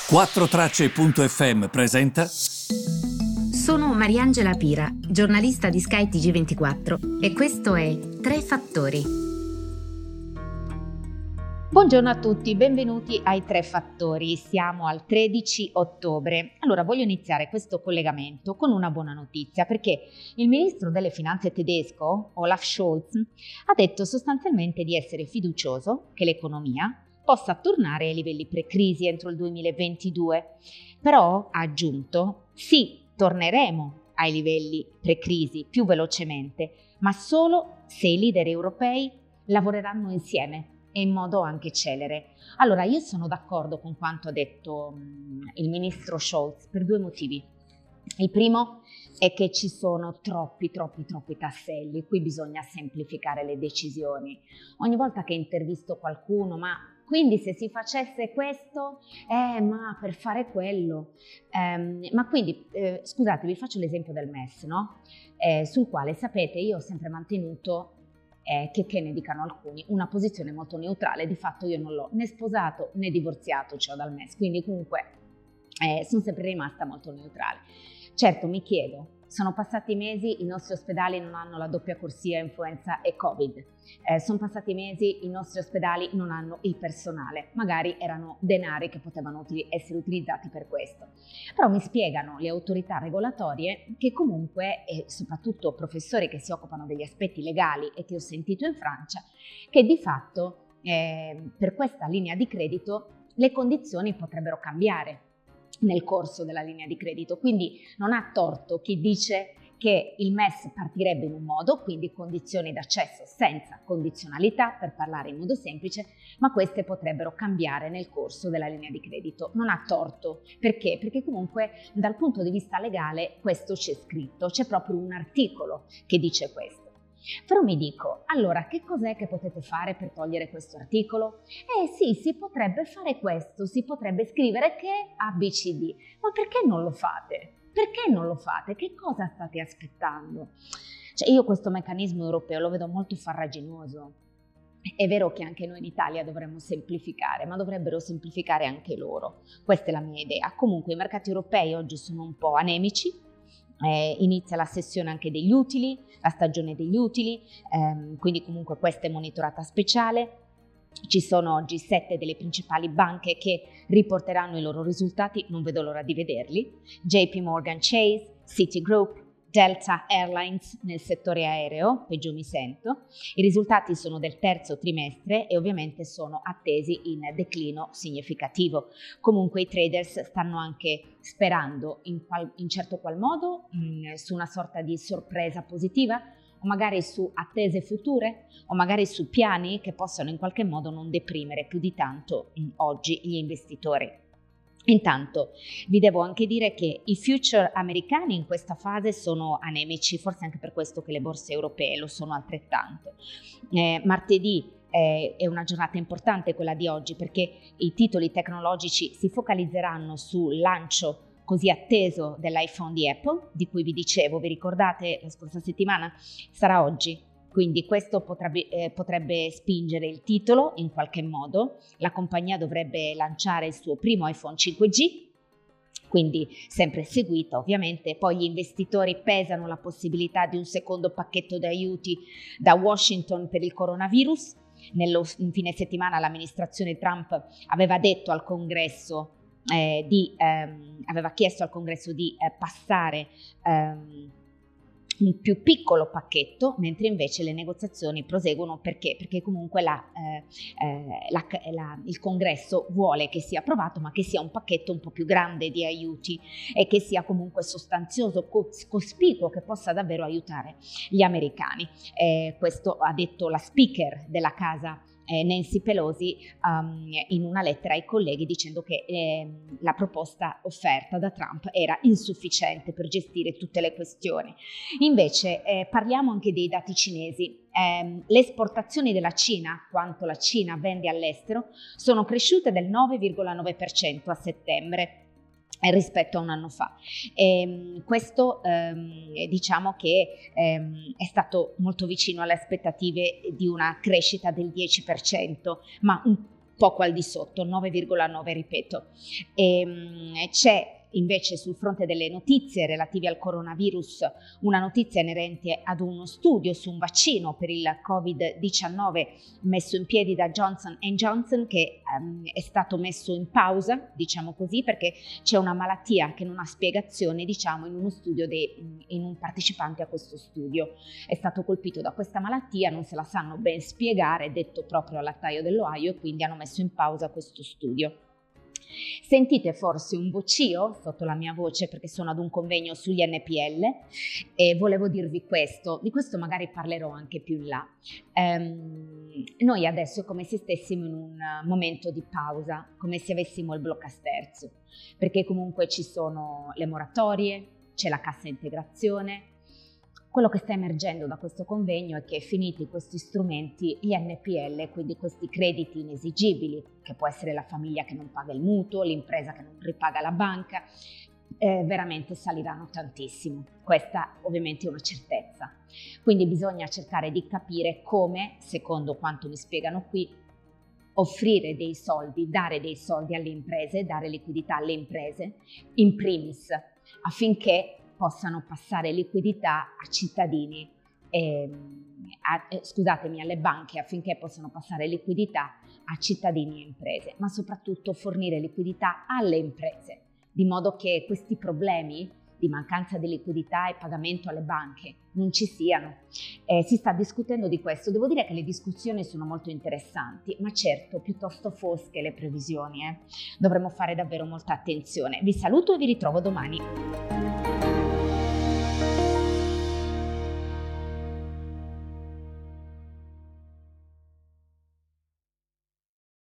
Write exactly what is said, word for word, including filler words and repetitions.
quattro tracce punto effe emme presenta. Sono Mariangela Pira, giornalista di Sky T G ventiquattro e questo è Tre Fattori. Buongiorno a tutti, benvenuti ai Tre Fattori. Siamo al tredici ottobre. Allora, voglio iniziare questo collegamento con una buona notizia, perché il ministro delle finanze tedesco, Olaf Scholz, ha detto sostanzialmente di essere fiducioso che l'economia possa tornare ai livelli pre-crisi entro il duemilaventidue. Però ha aggiunto: sì, torneremo ai livelli pre-crisi più velocemente, ma solo se i leader europei lavoreranno insieme e in modo anche celere. Allora, io sono d'accordo con quanto ha detto mh, il ministro Scholz per due motivi. Il primo è che ci sono troppi, troppi, troppi tasselli, qui bisogna semplificare le decisioni. Ogni volta che intervisto qualcuno, ma quindi se si facesse questo, eh, ma per fare quello, ehm, ma quindi, eh, scusate, vi faccio l'esempio del M E S, no? Eh, sul quale, sapete, io ho sempre mantenuto, eh, che, che ne dicano alcuni, una posizione molto neutrale. Di fatto io non l'ho né sposato né divorziato, cioè dal M E S, quindi comunque eh, sono sempre rimasta molto neutrale. Certo, mi chiedo, sono passati mesi, i nostri ospedali non hanno la doppia corsia influenza e Covid, eh, sono passati mesi, i nostri ospedali non hanno il personale, magari erano denari che potevano uti- essere utilizzati per questo. Però mi spiegano le autorità regolatorie che comunque, e soprattutto professori che si occupano degli aspetti legali e che ho sentito in Francia, che di fatto eh, per questa linea di credito le condizioni potrebbero cambiare nel corso della linea di credito, quindi non ha torto chi dice che il M E S partirebbe in un modo, quindi condizioni d'accesso senza condizionalità, per parlare in modo semplice, ma queste potrebbero cambiare nel corso della linea di credito. Non ha torto, perché? Perché comunque dal punto di vista legale questo c'è scritto, c'è proprio un articolo che dice questo. Però mi dico, allora che cos'è che potete fare per togliere questo articolo? Eh sì, si potrebbe fare questo, si potrebbe scrivere che A B C D, ma perché non lo fate? Perché non lo fate? Che cosa state aspettando? Cioè, io questo meccanismo europeo lo vedo molto farraginoso. È vero che anche noi in Italia dovremmo semplificare, ma dovrebbero semplificare anche loro. Questa è la mia idea. Comunque i mercati europei oggi sono un po' anemici. Eh, inizia la sessione anche degli utili, la stagione degli utili, ehm, quindi comunque questa è monitorata speciale. Ci sono oggi sette delle principali banche che riporteranno i loro risultati, non vedo l'ora di vederli: J P Morgan Chase, Citigroup, Delta Airlines nel settore aereo, peggio mi sento. I risultati sono del terzo trimestre e ovviamente sono attesi in declino significativo. Comunque i traders stanno anche sperando in, qual, in certo qual modo mh, su una sorta di sorpresa positiva, o magari su attese future, o magari su piani che possano in qualche modo non deprimere più di tanto mh, oggi gli investitori. Intanto vi devo anche dire che i future americani in questa fase sono anemici, forse anche per questo che le borse europee lo sono altrettanto. Eh, martedì eh, è una giornata importante quella di oggi, perché i titoli tecnologici si focalizzeranno sul lancio così atteso dell'iPhone di Apple, di cui vi dicevo, vi ricordate la scorsa settimana? Sarà oggi. Quindi questo potrebbe, eh, potrebbe spingere il titolo in qualche modo. La compagnia dovrebbe lanciare il suo primo iPhone cinque G, quindi sempre seguito ovviamente. Poi gli investitori pesano la possibilità di un secondo pacchetto di aiuti da Washington per il coronavirus. Nello in fine settimana l'amministrazione Trump aveva detto al Congresso eh, di, ehm, aveva chiesto al Congresso di eh, passare ehm, un più piccolo pacchetto, mentre invece le negoziazioni proseguono. Perché? Perché comunque la, eh, eh, la, la, il Congresso vuole che sia approvato, ma che sia un pacchetto un po' più grande di aiuti e che sia comunque sostanzioso, cospicuo, che possa davvero aiutare gli americani. Eh, questo ha detto la speaker della Casa Eh, Nancy Pelosi um, in una lettera ai colleghi, dicendo che eh, la proposta offerta da Trump era insufficiente per gestire tutte le questioni. Invece eh, parliamo anche dei dati cinesi. Eh, le esportazioni della Cina, quanto la Cina vende all'estero, sono cresciute del nove virgola nove per cento a settembre rispetto a un anno fa. E questo ehm, diciamo che ehm, è stato molto vicino alle aspettative di una crescita del dieci per cento, ma un poco al di sotto, nove virgola nove ripeto. E, c'è invece sul fronte delle notizie relative al coronavirus una notizia inerente ad uno studio su un vaccino per il covid diciannove messo in piedi da Johnson and Johnson che um, è stato messo in pausa, diciamo così, perché c'è una malattia che non ha spiegazione, diciamo, in uno studio de, in un partecipante a questo studio. È stato colpito da questa malattia, non se la sanno ben spiegare, detto proprio al lattaio dell'Ohio, e quindi hanno messo in pausa questo studio. Sentite forse un vocio sotto la mia voce perché sono ad un convegno sugli N P L e volevo dirvi questo, di questo magari parlerò anche più in là. Um, noi adesso è come se stessimo in un momento di pausa, come se avessimo il bloccasterzo, perché comunque ci sono le moratorie, c'è la cassa integrazione. Quello che sta emergendo da questo convegno è che finiti questi strumenti, gli N P L, quindi questi crediti inesigibili, che può essere la famiglia che non paga il mutuo, l'impresa che non ripaga la banca, eh, veramente saliranno tantissimo. Questa ovviamente è una certezza. Quindi bisogna cercare di capire come, secondo quanto mi spiegano qui, offrire dei soldi, dare dei soldi alle imprese, dare liquidità alle imprese, in primis, affinché possano passare liquidità a cittadini, eh, a, eh, scusatemi, alle banche affinché possano passare liquidità a cittadini e imprese, ma soprattutto fornire liquidità alle imprese, di modo che questi problemi di mancanza di liquidità e pagamento alle banche non ci siano. Eh, si sta discutendo di questo, devo dire che le discussioni sono molto interessanti, ma certo piuttosto fosche le previsioni, eh. Dovremmo fare davvero molta attenzione. Vi saluto e vi ritrovo domani.